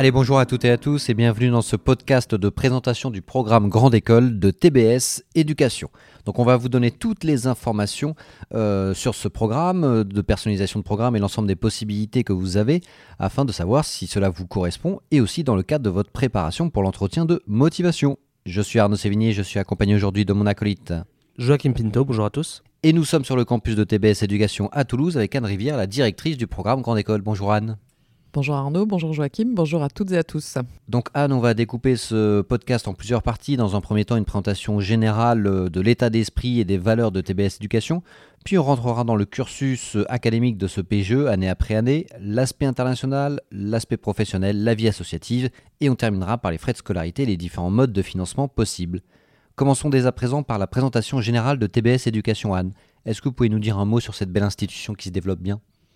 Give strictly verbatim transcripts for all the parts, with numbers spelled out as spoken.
Allez, bonjour à toutes et à tous et bienvenue dans ce podcast de présentation du programme Grande École de T B S Éducation. Donc on va vous donner toutes les informations euh, sur ce programme, de personnalisation de programme et l'ensemble des possibilités que vous avez afin de savoir si cela vous correspond et aussi dans le cadre de votre préparation pour l'entretien de motivation. Je suis Arnaud Sévigné, je suis accompagné aujourd'hui de mon acolyte Joachim Pinto, bonjour à tous. Et nous sommes sur le campus de T B S Éducation à Toulouse avec Anne Rivière, la directrice du programme Grande École. Bonjour Anne. Bonjour Arnaud, bonjour Joachim, bonjour à toutes et à tous. Donc Anne, on va découper ce podcast en plusieurs parties. Dans un premier temps, une présentation générale de l'état d'esprit et des valeurs de T B S Éducation. Puis on rentrera dans le cursus académique de ce P G E, année après année, l'aspect international, l'aspect professionnel, la vie associative. Et on terminera par les frais de scolarité et les différents modes de financement possibles. Commençons dès à présent par la présentation générale de T B S Éducation. Anne, est-ce que vous pouvez nous dire un mot sur cette belle institution qui se développe bien ?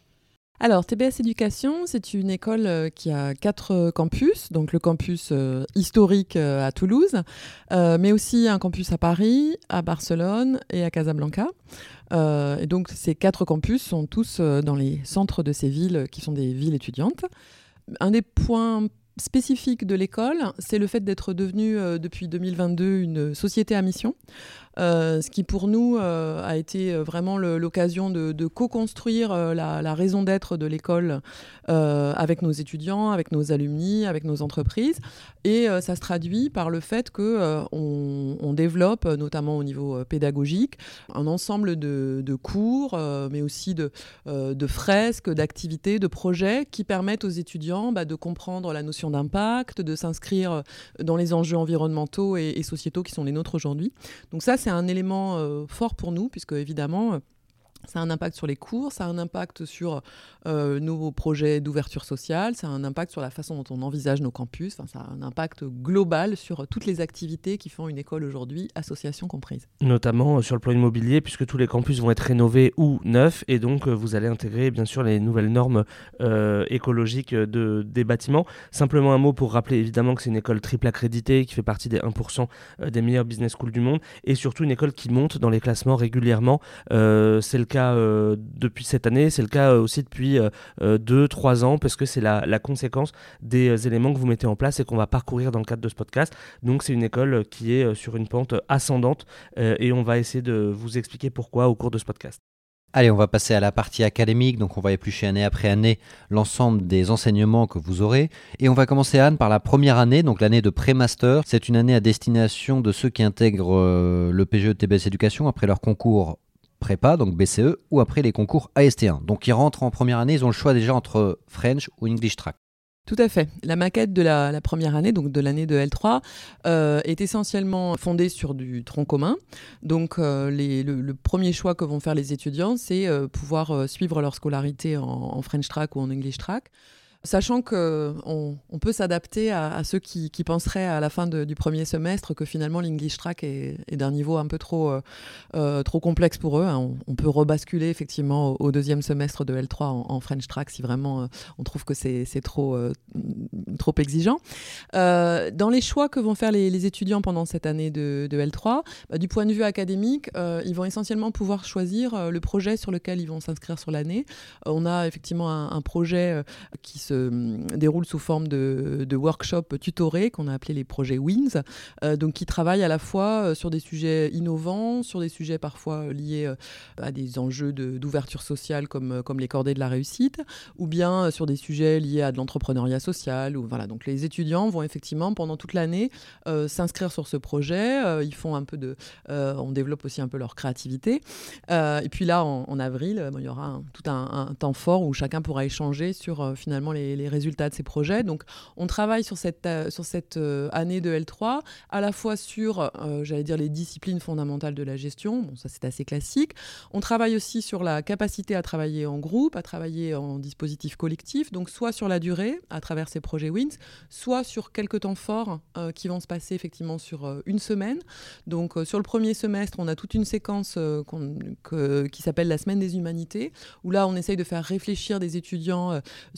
Alors, T B S Éducation, c'est une école euh, qui a quatre euh, campus, donc le campus euh, historique euh, à Toulouse, euh, mais aussi un campus à Paris, à Barcelone et à Casablanca. Euh, et donc, ces quatre campus sont tous euh, dans les centres de ces villes qui sont des villes étudiantes. Un des points spécifiques de l'école, c'est le fait d'être devenue euh, depuis deux mille vingt-deux une société à mission. Euh, ce qui pour nous euh, a été vraiment le, l'occasion de, de co-construire euh, la, la raison d'être de l'école euh, avec nos étudiants, avec nos alumni, avec nos entreprises. Et euh, ça se traduit par le fait qu'on euh, on développe, notamment au niveau pédagogique, un ensemble de, de cours, euh, mais aussi de, euh, de fresques, d'activités, de projets qui permettent aux étudiants bah, de comprendre la notion d'impact, de s'inscrire dans les enjeux environnementaux et, et sociétaux qui sont les nôtres aujourd'hui. Donc ça, c'est un élément euh, fort pour nous, puisque évidemment, euh, ça a un impact sur les cours, ça a un impact sur euh, nos projets d'ouverture sociale, ça a un impact sur la façon dont on envisage nos campus, enfin, ça a un impact global sur toutes les activités qui font une école aujourd'hui, associations comprises. Notamment sur le plan immobilier, puisque tous les campus vont être rénovés ou neufs, et donc vous allez intégrer bien sûr les nouvelles normes euh, écologiques de, des bâtiments. Simplement un mot pour rappeler évidemment que c'est une école triple accréditée, qui fait partie des un pour cent des meilleures business schools du monde, et surtout une école qui monte dans les classements régulièrement. Euh, c'est le cas Euh, depuis cette année, c'est le cas euh, aussi depuis deux trois ans, parce que c'est la, la conséquence des euh, éléments que vous mettez en place et qu'on va parcourir dans le cadre de ce podcast. Donc c'est une école qui est euh, sur une pente ascendante euh, et on va essayer de vous expliquer pourquoi au cours de ce podcast. Allez, on va passer à la partie académique, donc on va éplucher année après année l'ensemble des enseignements que vous aurez. Et on va commencer, Anne, par la première année, donc l'année de pré-master. C'est une année à destination de ceux qui intègrent euh, le P G E T B S Éducation après leur concours prépa, donc B C E, ou après les concours A S T un. Donc ils rentrent en première année, ils ont le choix déjà entre French ou English Track. Tout à fait. La maquette de la, la première année, donc de l'année de L trois, euh, est essentiellement fondée sur du tronc commun. Donc euh, les, le, le premier choix que vont faire les étudiants, c'est euh, pouvoir euh, suivre leur scolarité en, en French Track ou en English Track. Sachant qu'on on peut s'adapter à, à ceux qui, qui penseraient à la fin de, du premier semestre que finalement l'English Track est, est d'un niveau un peu trop, euh, trop complexe pour eux. On, on peut rebasculer effectivement au, au deuxième semestre de L trois en, en French Track si vraiment euh, on trouve que c'est, c'est trop, euh, trop exigeant. Euh, dans les choix que vont faire les, les étudiants pendant cette année de, de L trois, bah, du point de vue académique, euh, ils vont essentiellement pouvoir choisir euh, le projet sur lequel ils vont s'inscrire sur l'année. Euh, on a effectivement un, un projet euh, qui se déroule sous forme de, de workshops tutorés qu'on a appelé les projets WINS, euh, donc qui travaillent à la fois sur des sujets innovants, sur des sujets parfois liés à des enjeux de, d'ouverture sociale comme, comme les cordées de la réussite, ou bien sur des sujets liés à de l'entrepreneuriat social. Ou, voilà. Donc les étudiants vont effectivement pendant toute l'année euh, s'inscrire sur ce projet, euh, ils font un peu de, euh, on développe aussi un peu leur créativité. Euh, et puis là en, en avril, bon, il y aura un, tout un, un temps fort où chacun pourra échanger sur euh, finalement les Les, les résultats de ces projets. Donc, on travaille sur cette, euh, sur cette euh, année de L trois, à la fois sur, euh, j'allais dire, les disciplines fondamentales de la gestion. Bon, ça, c'est assez classique. On travaille aussi sur la capacité à travailler en groupe, à travailler en dispositif collectif, donc soit sur la durée, à travers ces projets WINS, soit sur quelques temps forts euh, qui vont se passer effectivement sur euh, une semaine. Donc, euh, sur le premier semestre, on a toute une séquence euh, qu'on, que, qui s'appelle la Semaine des Humanités, où là, on essaye de faire réfléchir des étudiants euh, sur des sujets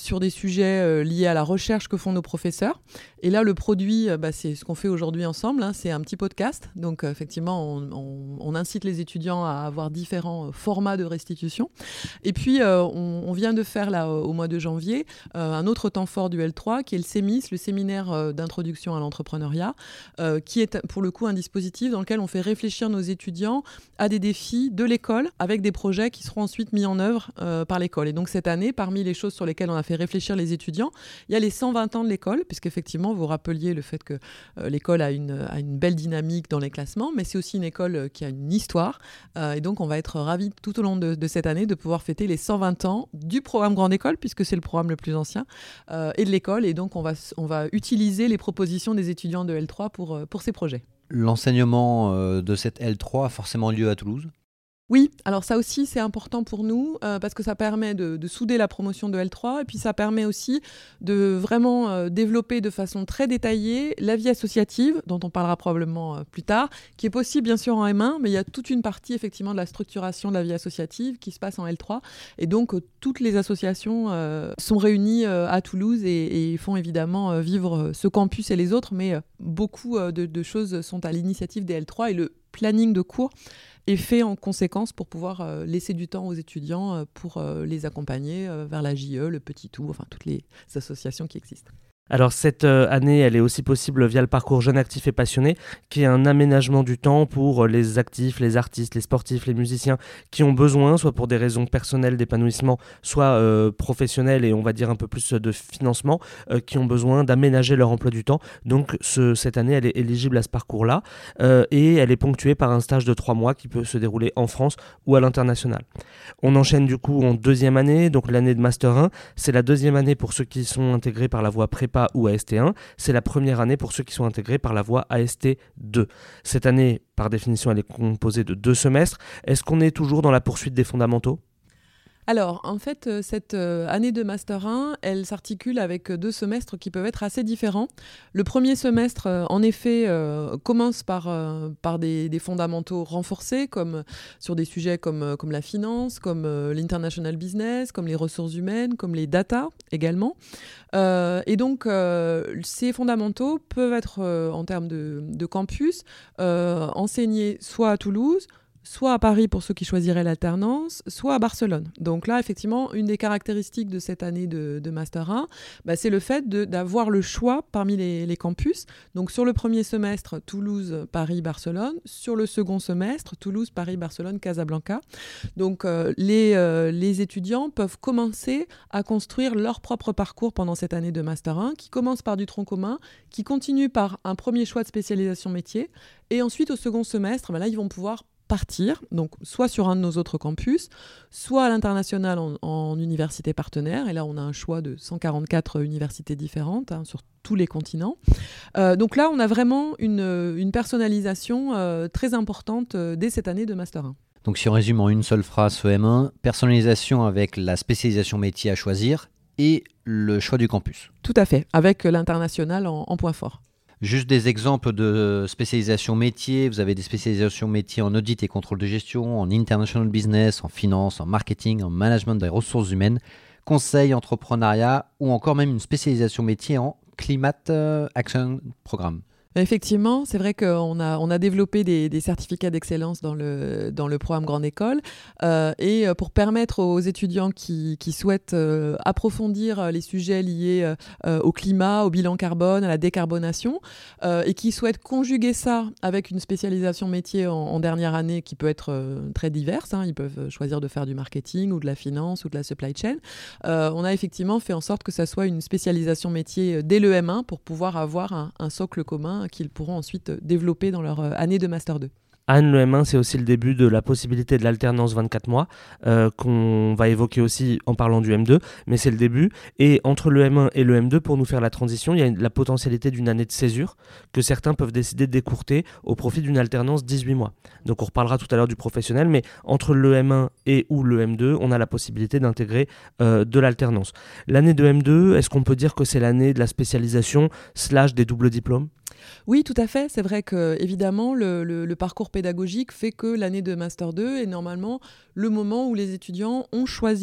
sujets euh, liés à la recherche que font nos professeurs. Et là, le produit, euh, bah, c'est ce qu'on fait aujourd'hui ensemble, hein, c'est un petit podcast. Donc, euh, effectivement, on, on, on incite les étudiants à avoir différents formats de restitution. Et puis, euh, on, on vient de faire, là, au mois de janvier, euh, un autre temps fort du L trois, qui est le sémis, le séminaire euh, d'introduction à l'entrepreneuriat, euh, qui est, pour le coup, un dispositif dans lequel on fait réfléchir nos étudiants à des défis de l'école, avec des projets qui seront ensuite mis en œuvre euh, par l'école. Et donc, cette année, parmi les choses sur lesquelles on a fait réfléchir les étudiants, il y a les cent vingt ans de l'école, puisqu'effectivement, vous rappeliez le fait que euh, l'école a une, a une belle dynamique dans les classements, mais c'est aussi une école euh, qui a une histoire. Euh, et donc, on va être ravis tout au long de, de cette année de pouvoir fêter les cent vingt ans du programme Grande École, puisque c'est le programme le plus ancien, euh, et de l'école. Et donc, on va, on va utiliser les propositions des étudiants de L trois pour, pour ces projets. L'enseignement euh, de cette L trois a forcément lieu à Toulouse ? Oui, alors ça aussi c'est important pour nous euh, parce que ça permet de, de souder la promotion de L trois et puis ça permet aussi de vraiment euh, développer de façon très détaillée la vie associative, dont on parlera probablement euh, plus tard, qui est possible bien sûr en M un, mais il y a toute une partie effectivement de la structuration de la vie associative qui se passe en L trois et donc euh, toutes les associations euh, sont réunies euh, à Toulouse et, et font évidemment euh, vivre ce campus et les autres, mais euh, beaucoup euh, de, de choses sont à l'initiative des L trois et le planning de cours est fait en conséquence pour pouvoir euh, laisser du temps aux étudiants euh, pour euh, les accompagner euh, vers la J E, le Petit Tour, enfin toutes les associations qui existent. Alors cette euh, année, elle est aussi possible via le parcours Jeunes Actifs et Passionnés, qui est un aménagement du temps pour les actifs, les artistes, les sportifs, les musiciens qui ont besoin, soit pour des raisons personnelles d'épanouissement, soit euh, professionnelles et on va dire un peu plus de financement, euh, qui ont besoin d'aménager leur emploi du temps. Donc ce, cette année, elle est éligible à ce parcours-là euh, et elle est ponctuée par un stage de trois mois qui peut se dérouler en France ou à l'international. On enchaîne du coup en deuxième année, donc l'année de Master un. C'est la deuxième année pour ceux qui sont intégrés par la voie prépa ou A S T un, c'est la première année pour ceux qui sont intégrés par la voie A S T deux. Cette année, par définition, elle est composée de deux semestres. Est-ce qu'on est toujours dans la poursuite des fondamentaux ? Alors, en fait, cette année de Master un, elle s'articule avec deux semestres qui peuvent être assez différents. Le premier semestre, en effet, euh, commence par, euh, par des, des fondamentaux renforcés, comme sur des sujets comme, comme la finance, comme euh, l'international business, comme les ressources humaines, comme les data également. Euh, et donc, euh, ces fondamentaux peuvent être, euh, en termes de, de campus, euh, enseignés soit à Toulouse, soit à Paris pour ceux qui choisiraient l'alternance, soit à Barcelone. Donc là, effectivement, une des caractéristiques de cette année de, de Master un, bah, c'est le fait de, d'avoir le choix parmi les, les campus. Donc sur le premier semestre, Toulouse, Paris, Barcelone. Sur le second semestre, Toulouse, Paris, Barcelone, Casablanca. Donc euh, les, euh, les étudiants peuvent commencer à construire leur propre parcours pendant cette année de Master un, qui commence par du tronc commun, qui continue par un premier choix de spécialisation métier. Et ensuite, au second semestre, bah là, ils vont pouvoir partir, donc soit sur un de nos autres campus, soit à l'international en, en université partenaire. Et là, on a un choix de cent quarante-quatre universités différentes hein, sur tous les continents. Euh, donc là, on a vraiment une, une personnalisation euh, très importante euh, dès cette année de Master un. Donc si on résume en une seule phrase ce M un, personnalisation avec la spécialisation métier à choisir et le choix du campus. Tout à fait, avec l'international en, en point fort. Juste des exemples de spécialisation métier. Vous avez des spécialisations métiers en audit et contrôle de gestion, en international business, en finance, en marketing, en management des ressources humaines, conseil, entrepreneuriat ou encore même une spécialisation métier en Climate Action Programme. Effectivement, c'est vrai qu'on a, on a développé des, des certificats d'excellence dans le, dans le programme Grande École euh, et pour permettre aux étudiants qui, qui souhaitent euh, approfondir les sujets liés euh, au climat, au bilan carbone, à la décarbonation euh, et qui souhaitent conjuguer ça avec une spécialisation métier en, en dernière année qui peut être euh, très diverse. Hein. Ils peuvent choisir de faire du marketing ou de la finance ou de la supply chain. Euh, on a effectivement fait en sorte que ça soit une spécialisation métier dès le M un pour pouvoir avoir un, un socle commun qu'ils pourront ensuite développer dans leur année de Master deux. Anne, le M un, c'est aussi le début de la possibilité de l'alternance vingt-quatre mois, euh, qu'on va évoquer aussi en parlant du M deux, mais c'est le début. Et entre le M un et le M deux, pour nous faire la transition, il y a la potentialité d'une année de césure que certains peuvent décider d'écourter au profit d'une alternance dix-huit mois. Donc on reparlera tout à l'heure du professionnel, mais entre le M un et ou le M deux, on a la possibilité d'intégrer euh, de l'alternance. L'année de M deux, est-ce qu'on peut dire que c'est l'année de la spécialisation slash des doubles diplômes ? Oui, tout à fait. C'est vrai que évidemment, le, le, le parcours pédagogique fait que l'année de Master deux est normalement le moment où les étudiants ont choisi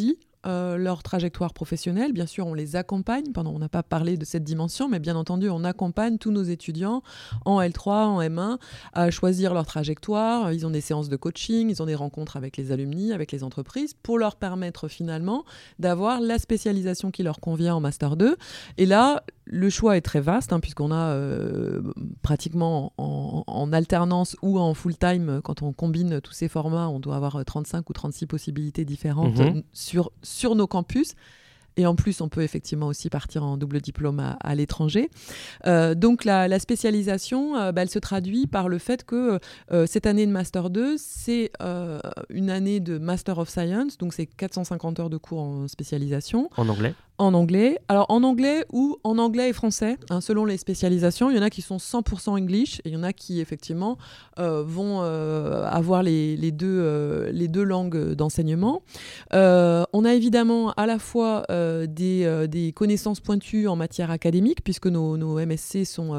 euh, leur trajectoire professionnelle. Bien sûr, on les accompagne. Pendant, on n'a pas parlé de cette dimension, mais bien entendu, on accompagne tous nos étudiants en L trois, en M un, à choisir leur trajectoire. Ils ont des séances de coaching, ils ont des rencontres avec les alumni, avec les entreprises, pour leur permettre finalement d'avoir la spécialisation qui leur convient en Master deux. Et là, le choix est très vaste, hein, puisqu'on a euh, pratiquement en, en alternance ou en full-time, quand on combine tous ces formats, on doit avoir trente-cinq ou trente-six possibilités différentes mmh. sur, sur nos campus. Et en plus, on peut effectivement aussi partir en double diplôme à, à l'étranger. Euh, donc, la, la spécialisation, euh, bah, elle se traduit par le fait que euh, cette année de Master deux, c'est euh, une année de Master of Science. Donc, c'est quatre cent cinquante heures de cours en spécialisation. En anglais ? En anglais. Alors, en anglais ou en anglais et français, hein, selon les spécialisations. Il y en a qui sont cent pour cent English et il y en a qui, effectivement, euh, vont euh, avoir les, les, deux, euh, les deux langues d'enseignement. Euh, on a évidemment à la fois euh, des, euh, des connaissances pointues en matière académique, puisque nos, nos M S C sont,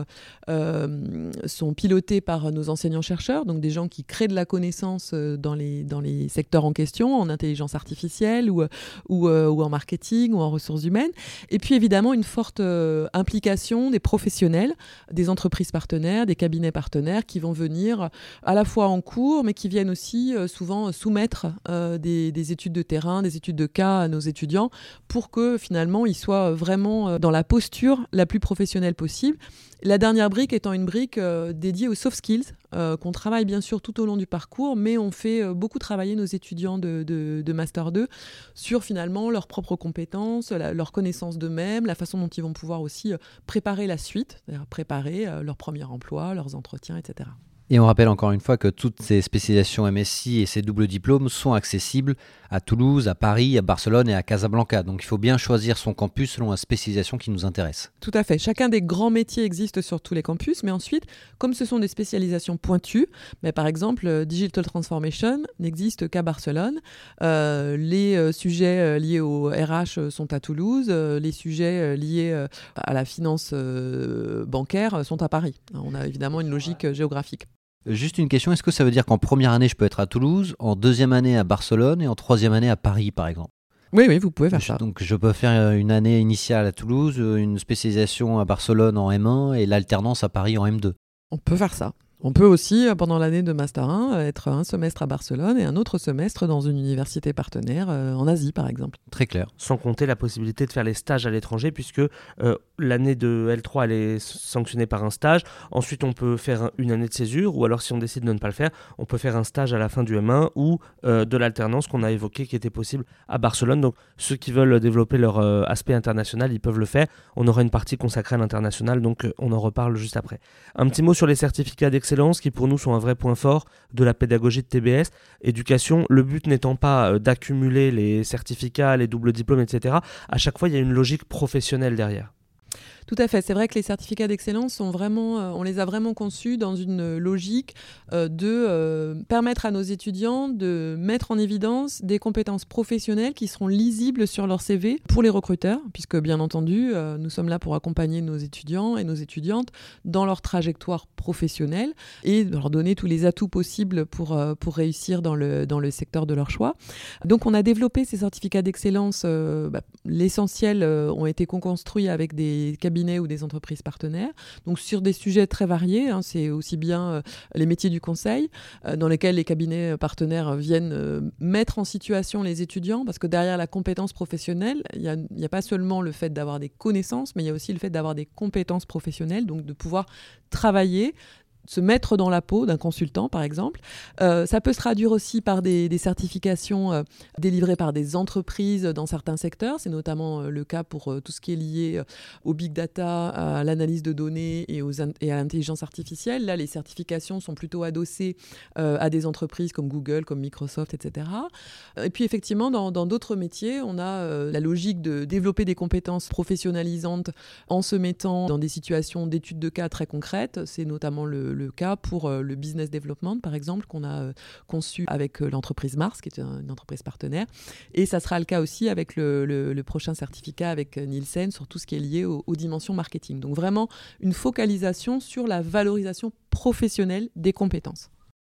euh, sont pilotés par nos enseignants-chercheurs, donc des gens qui créent de la connaissance dans les, dans les secteurs en question, en intelligence artificielle ou, ou, euh, ou en marketing ou en ressources humaines. Et puis évidemment une forte euh, implication des professionnels, des entreprises partenaires, des cabinets partenaires qui vont venir à la fois en cours, mais qui viennent aussi euh, souvent soumettre euh, des, des études de terrain, des études de cas à nos étudiants pour que finalement ils soient vraiment dans la posture la plus professionnelle possible. La dernière brique étant une brique euh, dédiée aux soft skills, euh, qu'on travaille bien sûr tout au long du parcours, mais on fait euh, beaucoup travailler nos étudiants de, de, de Master deux sur finalement leurs propres compétences, la, leur connaissance d'eux-mêmes, la façon dont ils vont pouvoir aussi euh, préparer la suite, c'est-à-dire préparer euh, leur premier emploi, leurs entretiens, et cetera. Et on rappelle encore une fois que toutes ces spécialisations M S I et ces doubles diplômes sont accessibles à Toulouse, à Paris, à Barcelone et à Casablanca. Donc il faut bien choisir son campus selon la spécialisation qui nous intéresse. Tout à fait. Chacun des grands métiers existe sur tous les campus, mais ensuite, comme ce sont des spécialisations pointues, mais par exemple, Digital Transformation n'existe qu'à Barcelone. Euh, les euh, sujets euh, liés au R H sont à Toulouse. Euh, les sujets euh, liés euh, à la finance euh, bancaire sont à Paris. On a évidemment une logique euh, géographique. Juste une question, est-ce que ça veut dire qu'en première année, je peux être à Toulouse, en deuxième année à Barcelone et en troisième année à Paris, par exemple ? Oui, oui, vous pouvez faire ça. Donc je peux faire une année initiale à Toulouse, une spécialisation à Barcelone en M un et l'alternance à Paris en M deux. On peut faire ça. On peut aussi, pendant l'année de Master un, être un semestre à Barcelone et un autre semestre dans une université partenaire euh, en Asie, par exemple. Très clair. Sans compter la possibilité de faire les stages à l'étranger, puisque euh, l'année de L trois, elle est sanctionnée par un stage. Ensuite, on peut faire une année de césure, ou alors si on décide de ne pas le faire, on peut faire un stage à la fin du M un ou euh, de l'alternance qu'on a évoqué, qui était possible à Barcelone. Donc, ceux qui veulent développer leur euh, aspect international, ils peuvent le faire. On aura une partie consacrée à l'international, donc euh, on en reparle juste après. Un petit mot sur les certificats d'excellence qui pour nous sont un vrai point fort de la pédagogie de T B S. Éducation, le but n'étant pas euh, d'accumuler les certificats, les doubles diplômes, et cetera. À chaque fois, il y a une logique professionnelle derrière. Tout à fait. C'est vrai que les certificats d'excellence sont vraiment, euh, on les a vraiment conçus dans une logique euh, de euh, permettre à nos étudiants de mettre en évidence des compétences professionnelles qui seront lisibles sur leur C V pour les recruteurs, puisque bien entendu, euh, nous sommes là pour accompagner nos étudiants et nos étudiantes dans leur trajectoire professionnelle et leur donner tous les atouts possibles pour, euh, pour réussir dans le, dans le secteur de leur choix. Donc, on a développé ces certificats d'excellence. Euh, bah, l'essentiel euh, ont été co-construits avec des cabinets ou des entreprises partenaires, donc sur des sujets très variés, hein, c'est aussi bien euh, les métiers du conseil, euh, dans lesquels les cabinets partenaires viennent euh, mettre en situation les étudiants, parce que derrière la compétence professionnelle, il n'y a, a pas seulement le fait d'avoir des connaissances, mais il y a aussi le fait d'avoir des compétences professionnelles, donc de pouvoir travailler, se mettre dans la peau d'un consultant, par exemple. Euh, ça peut se traduire aussi par des, des certifications euh, délivrées par des entreprises dans certains secteurs. C'est notamment euh, le cas pour euh, tout ce qui est lié euh, au big data, à l'analyse de données et, aux in- et à l'intelligence artificielle. Là, les certifications sont plutôt adossées euh, à des entreprises comme Google, comme Microsoft, et cetera. Et puis, effectivement, dans, dans d'autres métiers, on a euh, la logique de développer des compétences professionnalisantes en se mettant dans des situations d'études de cas très concrètes. C'est notamment le le cas pour euh, le business development, par exemple, qu'on a euh, conçu avec euh, l'entreprise Mars, qui est une, une entreprise partenaire. Et ça sera le cas aussi avec le, le, le prochain certificat avec euh, Nielsen sur tout ce qui est lié aux, aux dimensions marketing. Donc vraiment une focalisation sur la valorisation professionnelle des compétences.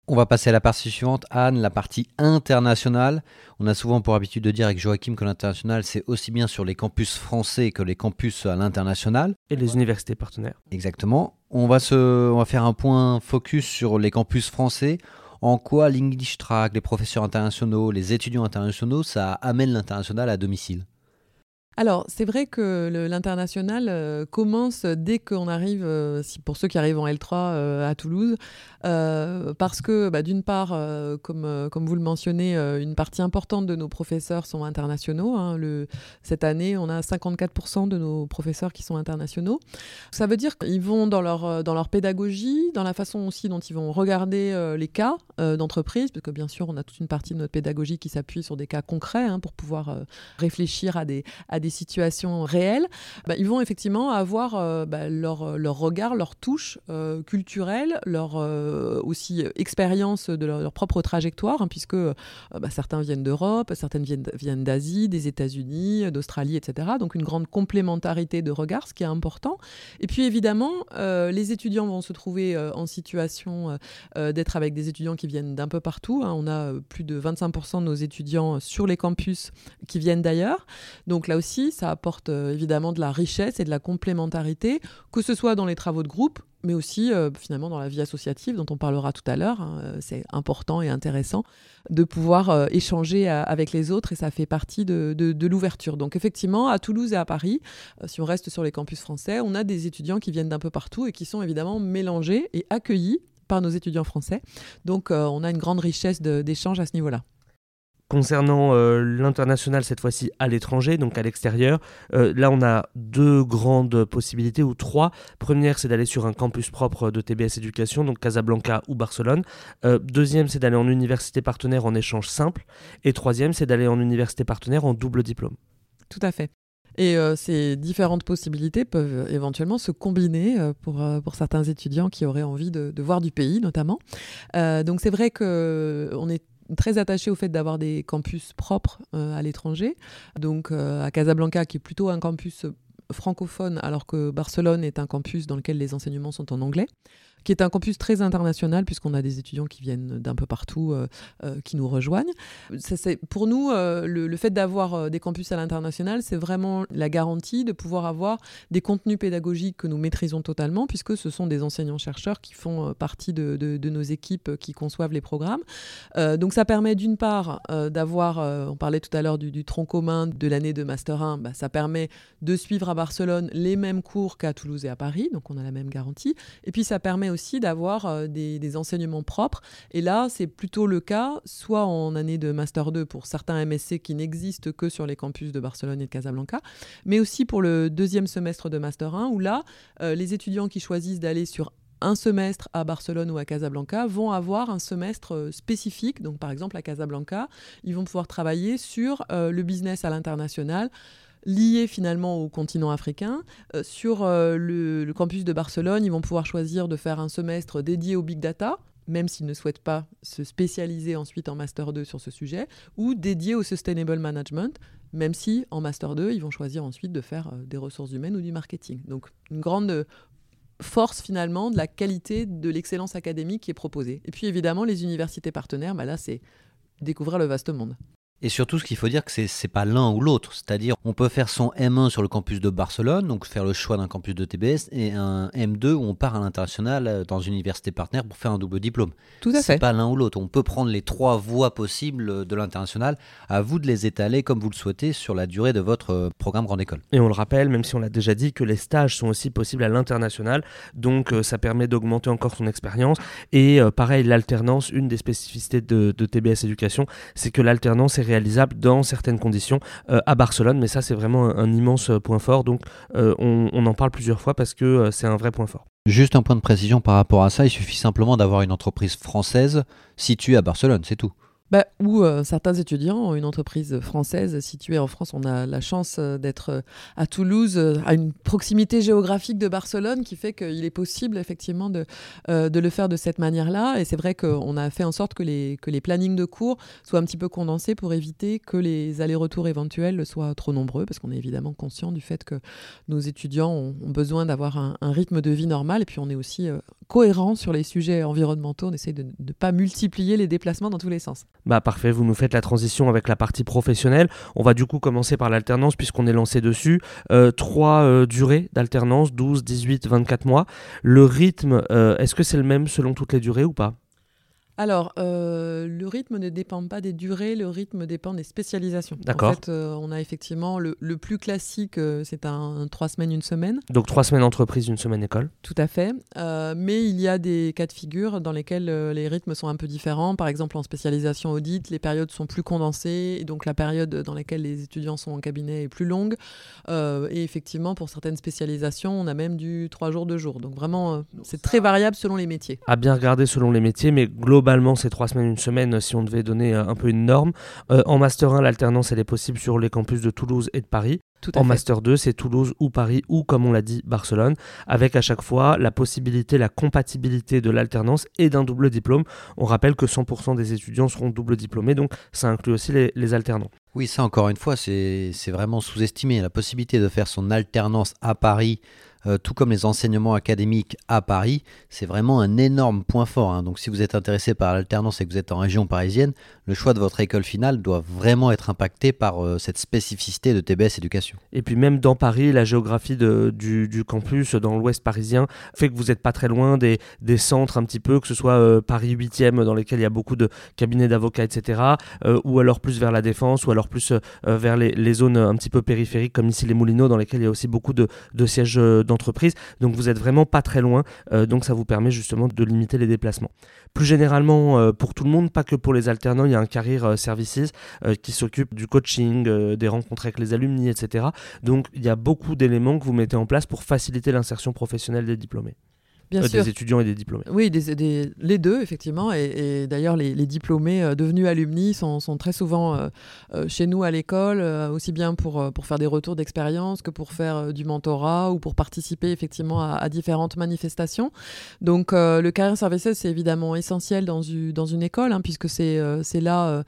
On va passer à la partie suivante, Anne, la partie internationale. On a souvent pour habitude de dire avec Joachim que l'international, c'est aussi bien sur les campus français que les campus à l'international. Et les universités partenaires. Exactement. On va, se, on va faire un point focus sur les campus français. En quoi l'English Track, les professeurs internationaux, les étudiants internationaux, ça amène l'international à domicile ? Alors, c'est vrai que le, l'international euh, commence dès qu'on arrive, euh, si, pour ceux qui arrivent en L trois euh, à Toulouse, euh, parce que bah, d'une part, euh, comme, euh, comme vous le mentionnez, euh, une partie importante de nos professeurs sont internationaux. Hein. Le, cette année, on a cinquante-quatre pour cent de nos professeurs qui sont internationaux. Ça veut dire qu'ils vont dans leur, dans leur pédagogie, dans la façon aussi dont ils vont regarder euh, les cas euh, d'entreprise, parce que bien sûr, on a toute une partie de notre pédagogie qui s'appuie sur des cas concrets hein, pour pouvoir euh, réfléchir à des, à des situations réelles, bah, ils vont effectivement avoir euh, bah, leur, leur regard, leur touche euh, culturelle, leur euh, aussi expérience de leur, leur propre trajectoire, hein, puisque euh, bah, certains viennent d'Europe, certaines viennent, viennent d'Asie, des États-Unis, d'Australie, et cetera. Donc une grande complémentarité de regard, ce qui est important. Et puis évidemment, euh, les étudiants vont se trouver euh, en situation euh, d'être avec des étudiants qui viennent d'un peu partout. Hein. On a plus de vingt-cinq pour cent de nos étudiants sur les campus qui viennent d'ailleurs. Donc là aussi, ça apporte euh, évidemment de la richesse et de la complémentarité, que ce soit dans les travaux de groupe, mais aussi euh, finalement dans la vie associative dont on parlera tout à l'heure. Hein. C'est important et intéressant de pouvoir euh, échanger à, avec les autres et ça fait partie de, de, de l'ouverture. Donc effectivement, à Toulouse et à Paris, euh, si on reste sur les campus français, on a des étudiants qui viennent d'un peu partout et qui sont évidemment mélangés et accueillis par nos étudiants français. Donc euh, on a une grande richesse de, d'échanges à ce niveau-là. Concernant euh, l'international, cette fois-ci à l'étranger, donc à l'extérieur, euh, là on a deux grandes possibilités, ou trois. Première, c'est d'aller sur un campus propre de T B S Éducation, donc Casablanca ou Barcelone. Euh, deuxième, c'est d'aller en université partenaire en échange simple. Et troisième, c'est d'aller en université partenaire en double diplôme. Tout à fait. Et euh, ces différentes possibilités peuvent éventuellement se combiner euh, pour, euh, pour certains étudiants qui auraient envie de, de voir du pays, notamment. Euh, donc c'est vrai qu'on est très attaché au fait d'avoir des campus propres euh, à l'étranger. Donc euh, à Casablanca, qui est plutôt un campus francophone, alors que Barcelone est un campus dans lequel les enseignements sont en anglais, qui est un campus très international puisqu'on a des étudiants qui viennent d'un peu partout, euh, euh, qui nous rejoignent. Ça, c'est, pour nous, euh, le, le fait d'avoir euh, des campus à l'international, c'est vraiment la garantie de pouvoir avoir des contenus pédagogiques que nous maîtrisons totalement, puisque ce sont des enseignants-chercheurs qui font euh, partie de, de, de nos équipes qui conçoivent les programmes. Euh, donc ça permet d'une part euh, d'avoir, euh, on parlait tout à l'heure du, du tronc commun de l'année de Master un, bah, ça permet de suivre à Barcelone les mêmes cours qu'à Toulouse et à Paris, donc on a la même garantie. Et puis ça permet aussi d'avoir euh, des, des enseignements propres. Et là, c'est plutôt le cas, soit en année de Master deux pour certains M S C qui n'existent que sur les campus de Barcelone et de Casablanca, mais aussi pour le deuxième semestre de Master un, où là, euh, les étudiants qui choisissent d'aller sur un semestre à Barcelone ou à Casablanca vont avoir un semestre spécifique. Donc par exemple, à Casablanca, ils vont pouvoir travailler sur euh, le business à l'international, liés finalement au continent africain. Euh, sur euh, le, le campus de Barcelone, ils vont pouvoir choisir de faire un semestre dédié au big data, même s'ils ne souhaitent pas se spécialiser ensuite en Master deux sur ce sujet, ou dédié au sustainable management, même si en Master deux, ils vont choisir ensuite de faire euh, des ressources humaines ou du marketing. Donc une grande force finalement de la qualité de l'excellence académique qui est proposée. Et puis évidemment, les universités partenaires, bah là, c'est découvrir le vaste monde. Et surtout, ce qu'il faut dire, que c'est, c'est pas l'un ou l'autre. C'est-à-dire, on peut faire son M un sur le campus de Barcelone, donc faire le choix d'un campus de T B S, et un M deux où on part à l'international dans une université partenaire pour faire un double diplôme. Tout à fait. C'est pas l'un ou l'autre. On peut prendre les trois voies possibles de l'international. À vous de les étaler comme vous le souhaitez sur la durée de votre programme Grande École. Et on le rappelle, même si on l'a déjà dit, que les stages sont aussi possibles à l'international. Donc euh, ça permet d'augmenter encore son expérience. Et euh, pareil, l'alternance, une des spécificités de, de T B S Éducation, c'est que l'alternance est réalisable dans certaines conditions euh, à Barcelone, mais ça c'est vraiment un, un immense point fort, donc euh, on, on en parle plusieurs fois parce que euh, c'est un vrai point fort. Juste un point de précision par rapport à ça, il suffit simplement d'avoir une entreprise française située à Barcelone, c'est tout. Bah, où euh, certains étudiants ont une entreprise française située en France. On a la chance euh, d'être euh, à Toulouse, euh, à une proximité géographique de Barcelone qui fait qu'il est possible effectivement de, euh, de le faire de cette manière-là. Et c'est vrai qu'on a fait en sorte que les, que les plannings de cours soient un petit peu condensés pour éviter que les allers-retours éventuels soient trop nombreux, parce qu'on est évidemment conscient du fait que nos étudiants ont, ont besoin d'avoir un, un rythme de vie normal. Et puis on est aussi euh, cohérent sur les sujets environnementaux. On essaie de ne pas multiplier les déplacements dans tous les sens. Bah parfait, vous nous faites la transition avec la partie professionnelle. On va du coup commencer par l'alternance puisqu'on est lancé dessus. Euh, trois euh, durées d'alternance, douze, dix-huit, vingt-quatre mois. Le rythme, euh, est-ce que c'est le même selon toutes les durées ou pas ? Alors, euh, le rythme ne dépend pas des durées, le rythme dépend des spécialisations. D'accord. En fait, euh, on a effectivement le, le plus classique, euh, c'est un, un trois semaines, une semaine. Donc trois semaines entreprise, une semaine école. Tout à fait. Euh, mais il y a des cas de figure dans lesquels euh, les rythmes sont un peu différents. Par exemple, en spécialisation audit, les périodes sont plus condensées. Et donc, la période dans laquelle les étudiants sont en cabinet est plus longue. Euh, et effectivement, pour certaines spécialisations, on a même du trois jours, deux jours. Donc, vraiment, euh, c'est très variable selon les métiers. À bien regarder selon les métiers, mais globalement, Globalement, c'est trois semaines, une semaine, si on devait donner un peu une norme. Euh, en Master un, l'alternance, elle est possible sur les campus de Toulouse et de Paris. Tout à en fait. Master deux, c'est Toulouse ou Paris ou, comme on l'a dit, Barcelone, avec à chaque fois la possibilité, la compatibilité de l'alternance et d'un double diplôme. On rappelle que cent pour cent des étudiants seront double diplômés, donc ça inclut aussi les, les alternants. Oui, ça encore une fois, c'est, c'est vraiment sous-estimé. La possibilité de faire son alternance à Paris, euh, tout comme les enseignements académiques à Paris, c'est vraiment un énorme point fort. Hein. Donc si vous êtes intéressé par l'alternance et que vous êtes en région parisienne, le choix de votre école finale doit vraiment être impacté par euh, cette spécificité de T B S Éducation. Et puis même dans Paris, la géographie de, du, du campus dans l'ouest parisien fait que vous n'êtes pas très loin des, des centres un petit peu, que ce soit euh, Paris huitième dans lesquels il y a beaucoup de cabinets d'avocats, et cetera, euh, ou alors plus vers la Défense, ou alors plus euh, vers les, les zones un petit peu périphériques comme ici les Moulineaux dans lesquels il y a aussi beaucoup de, de sièges euh, d'entreprise. Donc vous êtes vraiment pas très loin, euh, donc ça vous permet justement de limiter les déplacements. Plus généralement euh, pour tout le monde, pas que pour les alternants, il y a un Career euh, Services euh, qui s'occupe du coaching, euh, des rencontres avec les alumni, et cetera. Donc il y a beaucoup d'éléments que vous mettez en place pour faciliter l'insertion professionnelle des diplômés. Bien euh, sûr. Des étudiants et des diplômés. Oui, des, des, les deux, effectivement. Et, et d'ailleurs, les, les diplômés euh, devenus alumni sont, sont très souvent euh, euh, chez nous à l'école, euh, aussi bien pour, euh, pour faire des retours d'expérience que pour faire euh, du mentorat ou pour participer effectivement à, à différentes manifestations. Donc, euh, le Career Services, c'est évidemment essentiel dans, une, dans une école, hein, puisque c'est, euh, c'est là euh,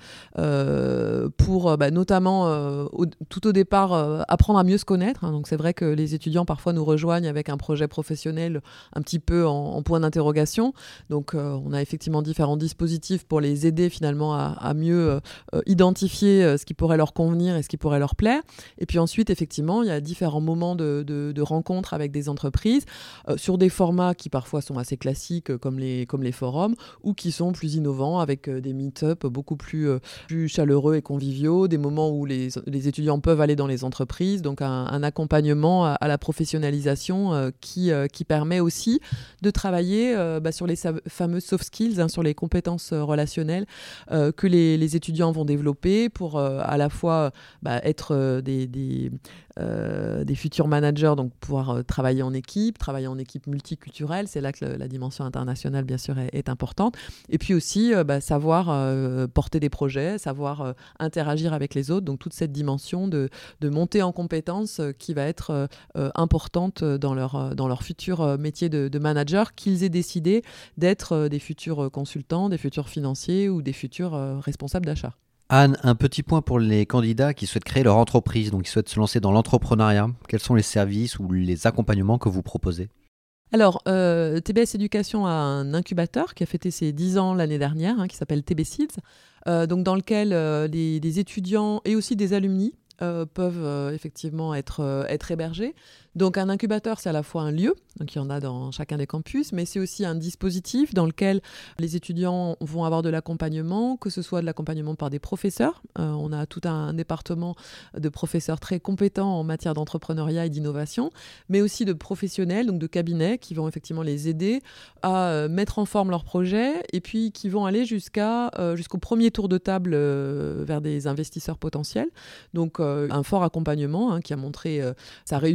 euh, pour euh, bah, notamment, euh, au, tout au départ, euh, apprendre à mieux se connaître. Hein. Donc, c'est vrai que les étudiants parfois nous rejoignent avec un projet professionnel un petit peu En, en point d'interrogation. Donc, euh, on a effectivement différents dispositifs pour les aider finalement à, à mieux euh, identifier euh, ce qui pourrait leur convenir et ce qui pourrait leur plaire. Et puis ensuite, effectivement, il y a différents moments de, de, de rencontres avec des entreprises euh, sur des formats qui parfois sont assez classiques euh, comme, les, comme les forums ou qui sont plus innovants avec euh, des meet-up beaucoup plus, euh, plus chaleureux et conviviaux, des moments où les, les étudiants peuvent aller dans les entreprises. Donc, un, un accompagnement à, à la professionnalisation euh, qui, euh, qui permet aussi de travailler euh, bah, sur les sa- fameuses soft skills, hein, sur les compétences euh, relationnelles euh, que les, les étudiants vont développer pour euh, à la fois bah, être euh, des, des, euh, des futurs managers, donc pouvoir euh, travailler en équipe, travailler en équipe multiculturelle. C'est là que le, la dimension internationale, bien sûr, est, est importante. Et puis aussi, euh, bah, savoir euh, porter des projets, savoir euh, interagir avec les autres. Donc, toute cette dimension de, de montée en compétences euh, qui va être euh, euh, importante dans leur, dans leur futur euh, métier de, de managers, qu'ils aient décidé d'être euh, des futurs consultants, des futurs financiers ou des futurs euh, responsables d'achat. Anne, un petit point pour les candidats qui souhaitent créer leur entreprise, donc qui souhaitent se lancer dans l'entrepreneuriat. Quels sont les services ou les accompagnements que vous proposez ? Alors, euh, T B S Éducation a un incubateur qui a fêté ses dix ans l'année dernière, hein, qui s'appelle T B Seeds, euh, donc dans lequel euh, les, les étudiants et aussi des alumni euh, peuvent euh, effectivement être, euh, être hébergés. Donc un incubateur, c'est à la fois un lieu, donc il y en a dans chacun des campus, mais c'est aussi un dispositif dans lequel les étudiants vont avoir de l'accompagnement, que ce soit de l'accompagnement par des professeurs. Euh, on a tout un département de professeurs très compétents en matière d'entrepreneuriat et d'innovation, mais aussi de professionnels, donc de cabinets, qui vont effectivement les aider à euh, mettre en forme leur projet et puis qui vont aller jusqu'à, euh, jusqu'au premier tour de table euh, vers des investisseurs potentiels. Donc euh, un fort accompagnement hein, qui a montré euh, sa réussite puisqu'on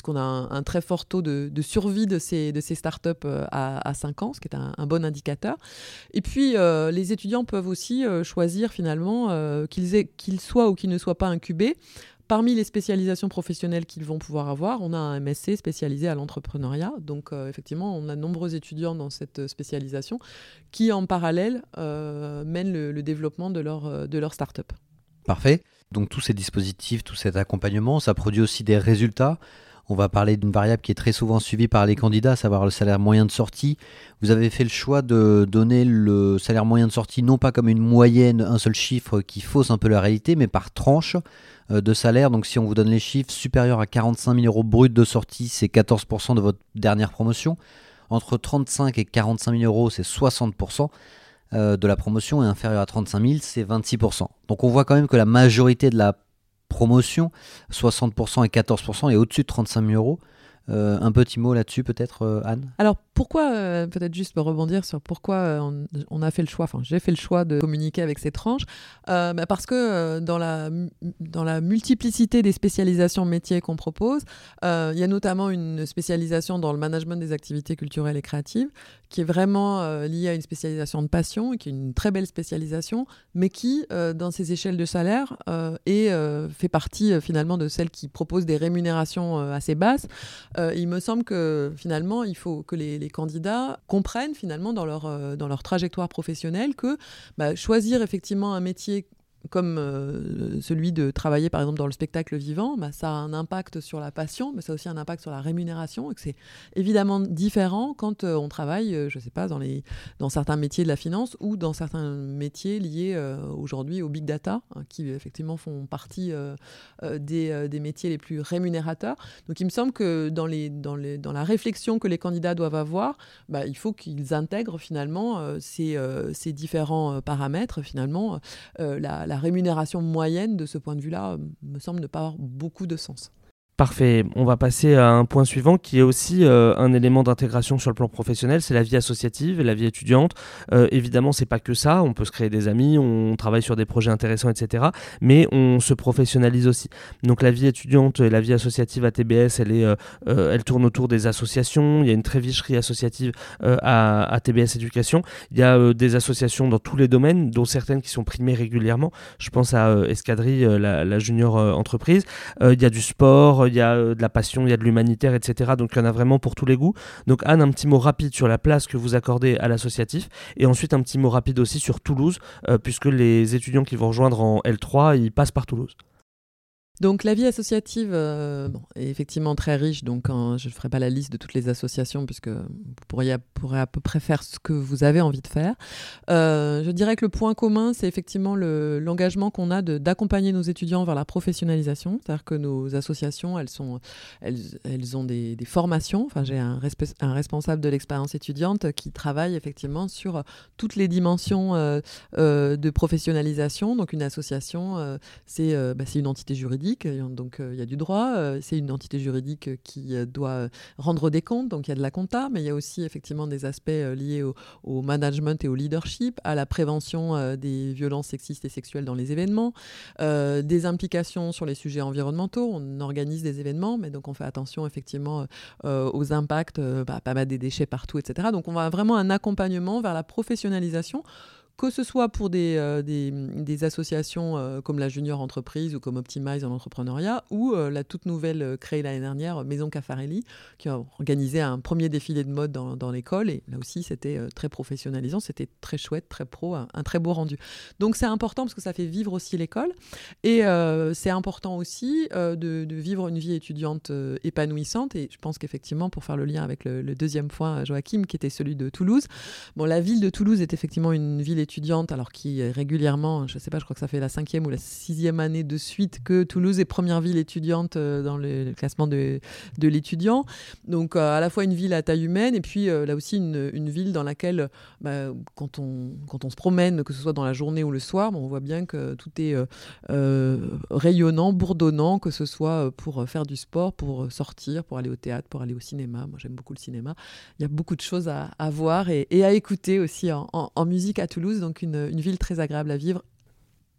puisqu'on a un, un très fort taux de, de survie de ces, de ces startups à, à cinq ans, ce qui est un, un bon indicateur. Et puis, euh, les étudiants peuvent aussi euh, choisir finalement euh, qu'ils, aient, qu'ils soient ou qu'ils ne soient pas incubés. Parmi les spécialisations professionnelles qu'ils vont pouvoir avoir, on a un M S C spécialisé à l'entrepreneuriat. Donc, euh, effectivement, on a de nombreux étudiants dans cette spécialisation qui, en parallèle, euh, mènent le, le développement de leur, de leur start-up. Parfait. Donc, tous ces dispositifs, tout cet accompagnement, ça produit aussi des résultats. On va parler d'une variable qui est très souvent suivie par les candidats, à savoir le salaire moyen de sortie. Vous avez fait le choix de donner le salaire moyen de sortie, non pas comme une moyenne, un seul chiffre qui fausse un peu la réalité, mais par tranche de salaire. Donc si on vous donne les chiffres, supérieurs à quarante-cinq mille euros bruts de sortie, c'est quatorze pour cent de votre dernière promotion. Entre trente-cinq et quarante-cinq mille euros, c'est soixante pour cent de la promotion, et inférieur à trente-cinq mille, c'est vingt-six pour cent. Donc on voit quand même que la majorité de la promotion, soixante pour cent et quatorze pour cent, est au-dessus de trente-cinq mille euros. Euh, un petit mot là-dessus peut-être, euh, Anne ? Alors pourquoi, euh, peut-être juste pour rebondir sur pourquoi euh, on, on a fait le choix, enfin j'ai fait le choix de communiquer avec ces tranches, euh, bah parce que euh, dans, la, dans la multiplicité des spécialisations métiers qu'on propose, euh, il y a notamment une spécialisation dans le management des activités culturelles et créatives qui est vraiment euh, liée à une spécialisation de passion, et qui est une très belle spécialisation, mais qui, euh, dans ses échelles de salaire, euh, est, euh, fait partie euh, finalement de celles qui proposent des rémunérations euh, assez basses. Euh, il me semble que finalement, il faut que les, les candidats comprennent finalement dans leur, euh, dans leur trajectoire professionnelle que bah, choisir effectivement un métier comme euh, celui de travailler par exemple dans le spectacle vivant, bah, ça a un impact sur la passion, mais ça a aussi un impact sur la rémunération, et que c'est évidemment différent quand euh, on travaille, euh, je ne sais pas, dans, les, dans certains métiers de la finance ou dans certains métiers liés euh, aujourd'hui au big data, hein, qui effectivement font partie euh, euh, des, euh, des métiers les plus rémunérateurs. Donc il me semble que dans, les, dans, les, dans la réflexion que les candidats doivent avoir, bah, il faut qu'ils intègrent finalement euh, ces, euh, ces différents euh, paramètres, finalement, euh, la la rémunération moyenne, de ce point de vue-là, me semble ne pas avoir beaucoup de sens. Parfait. On va passer à un point suivant qui est aussi euh, un élément d'intégration sur le plan professionnel, c'est la vie associative et la vie étudiante. Euh, évidemment, c'est pas que ça. On peut se créer des amis, on travaille sur des projets intéressants, et cetera. Mais on se professionnalise aussi. Donc la vie étudiante et la vie associative à T B S, elle, est, euh, euh, elle tourne autour des associations. Il y a une trévicherie associative euh, à, à T B S Éducation. Il y a euh, des associations dans tous les domaines, dont certaines qui sont primées régulièrement. Je pense à euh, Escadrille, euh, la, la junior euh, entreprise. Euh, il y a du sport, il y a de la passion, il y a de l'humanitaire, et cetera. Donc il y en a vraiment pour tous les goûts. Donc Anne, un petit mot rapide sur la place que vous accordez à l'associatif, et ensuite un petit mot rapide aussi sur Toulouse, euh, puisque les étudiants qui vont rejoindre en L trois, ils passent par Toulouse. Donc la vie associative euh, bon, est effectivement très riche, donc hein, je ne ferai pas la liste de toutes les associations puisque vous pourriez, pourriez à peu près faire ce que vous avez envie de faire. Euh, je dirais que le point commun, c'est effectivement le, l'engagement qu'on a de, d'accompagner nos étudiants vers la professionnalisation, c'est-à-dire que nos associations, elles, sont, elles, elles ont des, des formations. Enfin, j'ai un, resp- un responsable de l'expérience étudiante qui travaille effectivement sur toutes les dimensions euh, euh, de professionnalisation. Donc une association, euh, c'est, euh, bah, c'est une entité juridique. Donc il euh, y a du droit, euh, c'est une entité juridique euh, qui euh, doit euh, rendre des comptes, donc il y a de la compta, mais il y a aussi effectivement des aspects euh, liés au, au management et au leadership, à la prévention euh, des violences sexistes et sexuelles dans les événements, euh, des implications sur les sujets environnementaux. On organise des événements, mais donc on fait attention effectivement euh, aux impacts, euh, bah, pas mal des déchets partout, et cetera. Donc on va vraiment un accompagnement vers la professionnalisation, que ce soit pour des, euh, des, des associations euh, comme la Junior Entreprise ou comme Optimize en entrepreneuriat, ou euh, la toute nouvelle euh, créée l'année dernière, Maison Caffarelli, qui a organisé un premier défilé de mode dans, dans l'école. Et là aussi, c'était euh, très professionnalisant, c'était très chouette, très pro, un, un très beau rendu. Donc c'est important parce que ça fait vivre aussi l'école. Et euh, c'est important aussi euh, de, de vivre une vie étudiante euh, épanouissante. Et je pense qu'effectivement, pour faire le lien avec le, le deuxième point, Joachim, qui était celui de Toulouse, bon, la ville de Toulouse est effectivement une ville étudiante, alors qui régulièrement, je ne sais pas, je crois que ça fait la cinquième ou la sixième année de suite que Toulouse est première ville étudiante dans le classement de, de l'étudiant. Donc euh, à la fois une ville à taille humaine, et puis euh, là aussi une, une ville dans laquelle, bah, quand, on, quand on se promène, que ce soit dans la journée ou le soir, bon, on voit bien que tout est euh, euh, rayonnant, bourdonnant, que ce soit pour faire du sport, pour sortir, pour aller au théâtre, pour aller au cinéma. Moi j'aime beaucoup le cinéma. Il y a beaucoup de choses à, à voir et, et à écouter aussi en, en, en musique à Toulouse. Donc une, une ville très agréable à vivre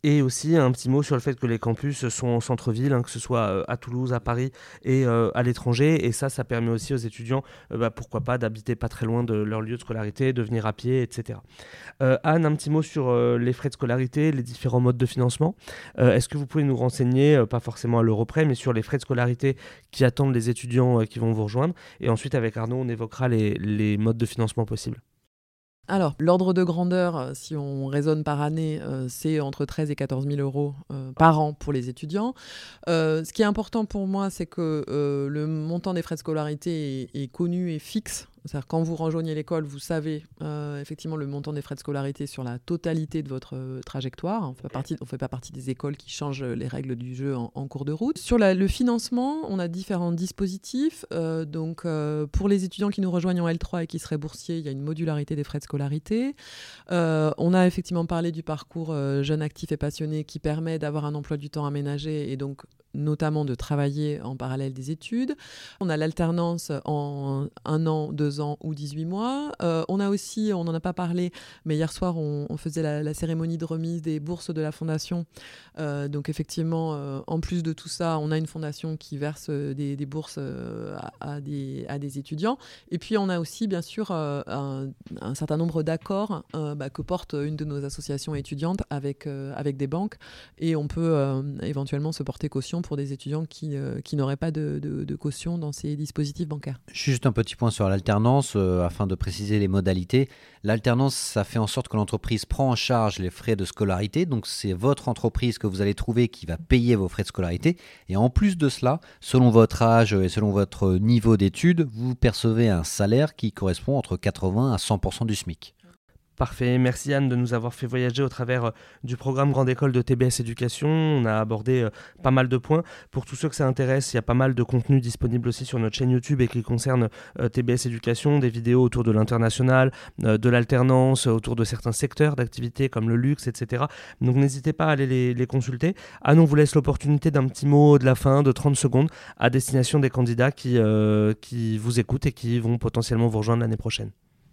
Et aussi un petit mot sur le fait que les campus sont en centre-ville, hein, que ce soit euh, à Toulouse, à Paris et euh, à l'étranger. Et ça, ça permet aussi aux étudiants, euh, bah, pourquoi pas, d'habiter pas très loin de leur lieu de scolarité, de venir à pied, et cetera. Euh, Anne, un petit mot sur euh, les frais de scolarité, les différents modes de financement. Euh, est-ce que vous pouvez nous renseigner, euh, pas forcément à l'euro près, mais sur les frais de scolarité qui attendent les étudiants euh, qui vont vous rejoindre? Et ensuite, avec Arnaud, on évoquera les, les modes de financement possibles. Alors, l'ordre de grandeur, si on raisonne par année, euh, c'est entre treize et quatorze mille euros euh, par an pour les étudiants. Euh, ce qui est important pour moi, c'est que euh, le montant des frais de scolarité est, est connu et fixe. C'est-à-dire quand vous rejoignez l'école, vous savez euh, effectivement le montant des frais de scolarité sur la totalité de votre euh, trajectoire. On ne fait pas partie, on fait pas partie des écoles qui changent les règles du jeu en, en cours de route. Sur la, le financement, on a différents dispositifs. Euh, donc euh, pour les étudiants qui nous rejoignent en L trois et qui seraient boursiers, il y a une modularité des frais de scolarité. Euh, on a effectivement parlé du parcours euh, jeune actif et passionné qui permet d'avoir un emploi du temps aménagé et donc notamment de travailler en parallèle des études. On a l'alternance en un an, deux ans ou dix-huit mois. Euh, on a aussi, on n'en a pas parlé, mais hier soir, on, on faisait la, la cérémonie de remise des bourses de la Fondation. Euh, donc effectivement, euh, en plus de tout ça, on a une fondation qui verse des, des bourses euh, à, à, des, à des étudiants. Et puis, on a aussi, bien sûr, euh, un, un certain nombre d'accords euh, bah, que porte une de nos associations étudiantes avec, euh, avec des banques. Et on peut euh, éventuellement se porter caution pour des étudiants qui, euh, qui n'auraient pas de, de, de caution dans ces dispositifs bancaires. Juste un petit point sur l'alternance, euh, afin de préciser les modalités. L'alternance, ça fait en sorte que l'entreprise prend en charge les frais de scolarité, donc c'est votre entreprise que vous allez trouver qui va payer vos frais de scolarité. Et en plus de cela, selon votre âge et selon votre niveau d'études, vous percevez un salaire qui correspond entre quatre-vingts à cent pour cent du SMIC. Parfait, merci Anne de nous avoir fait voyager au travers euh, du programme Grande École de T B S Éducation. On a abordé euh, pas mal de points. Pour tous ceux que ça intéresse, il y a pas mal de contenu disponible aussi sur notre chaîne YouTube et qui concerne euh, T B S Éducation, des vidéos autour de l'international, euh, de l'alternance, euh, autour de certains secteurs d'activité comme le luxe, et cetera. Donc n'hésitez pas à aller les, les consulter. Anne, on vous laisse l'opportunité d'un petit mot de la fin de trente secondes à destination des candidats qui, euh, qui vous écoutent et qui vont potentiellement vous rejoindre l'année prochaine.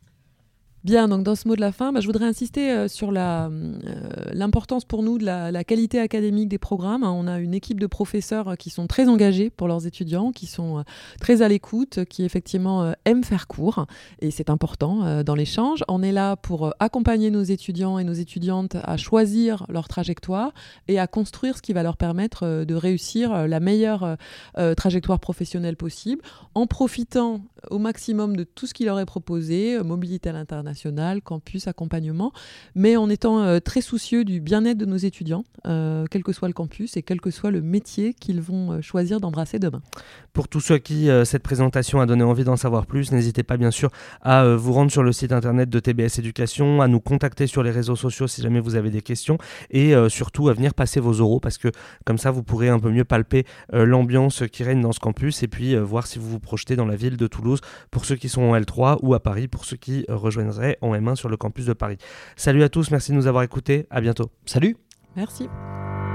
Bien, donc dans ce mot de la fin, bah, je voudrais insister euh, sur la, euh, l'importance pour nous de la, la qualité académique des programmes. Hein. On a une équipe de professeurs qui sont très engagés pour leurs étudiants, qui sont euh, très à l'écoute, qui effectivement euh, aiment faire cours, et c'est important euh, dans l'échange. On est là pour euh, accompagner nos étudiants et nos étudiantes à choisir leur trajectoire et à construire ce qui va leur permettre euh, de réussir euh, la meilleure euh, trajectoire professionnelle possible, en profitant au maximum de tout ce qui leur est proposé, euh, mobilité à l'international, campus, accompagnement, mais en étant euh, très soucieux du bien-être de nos étudiants, euh, quel que soit le campus et quel que soit le métier qu'ils vont euh, choisir d'embrasser demain. Pour tous ceux à qui euh, cette présentation a donné envie d'en savoir plus, n'hésitez pas bien sûr à euh, vous rendre sur le site internet de T B S Éducation, à nous contacter sur les réseaux sociaux si jamais vous avez des questions et euh, surtout à venir passer vos oraux parce que comme ça vous pourrez un peu mieux palper euh, l'ambiance qui règne dans ce campus et puis euh, voir si vous vous projetez dans la ville de Toulouse pour ceux qui sont en L trois ou à Paris pour ceux qui euh, rejoindraient en M un sur le campus de Paris. Salut à tous, merci de nous avoir écoutés, à bientôt. Salut. Merci.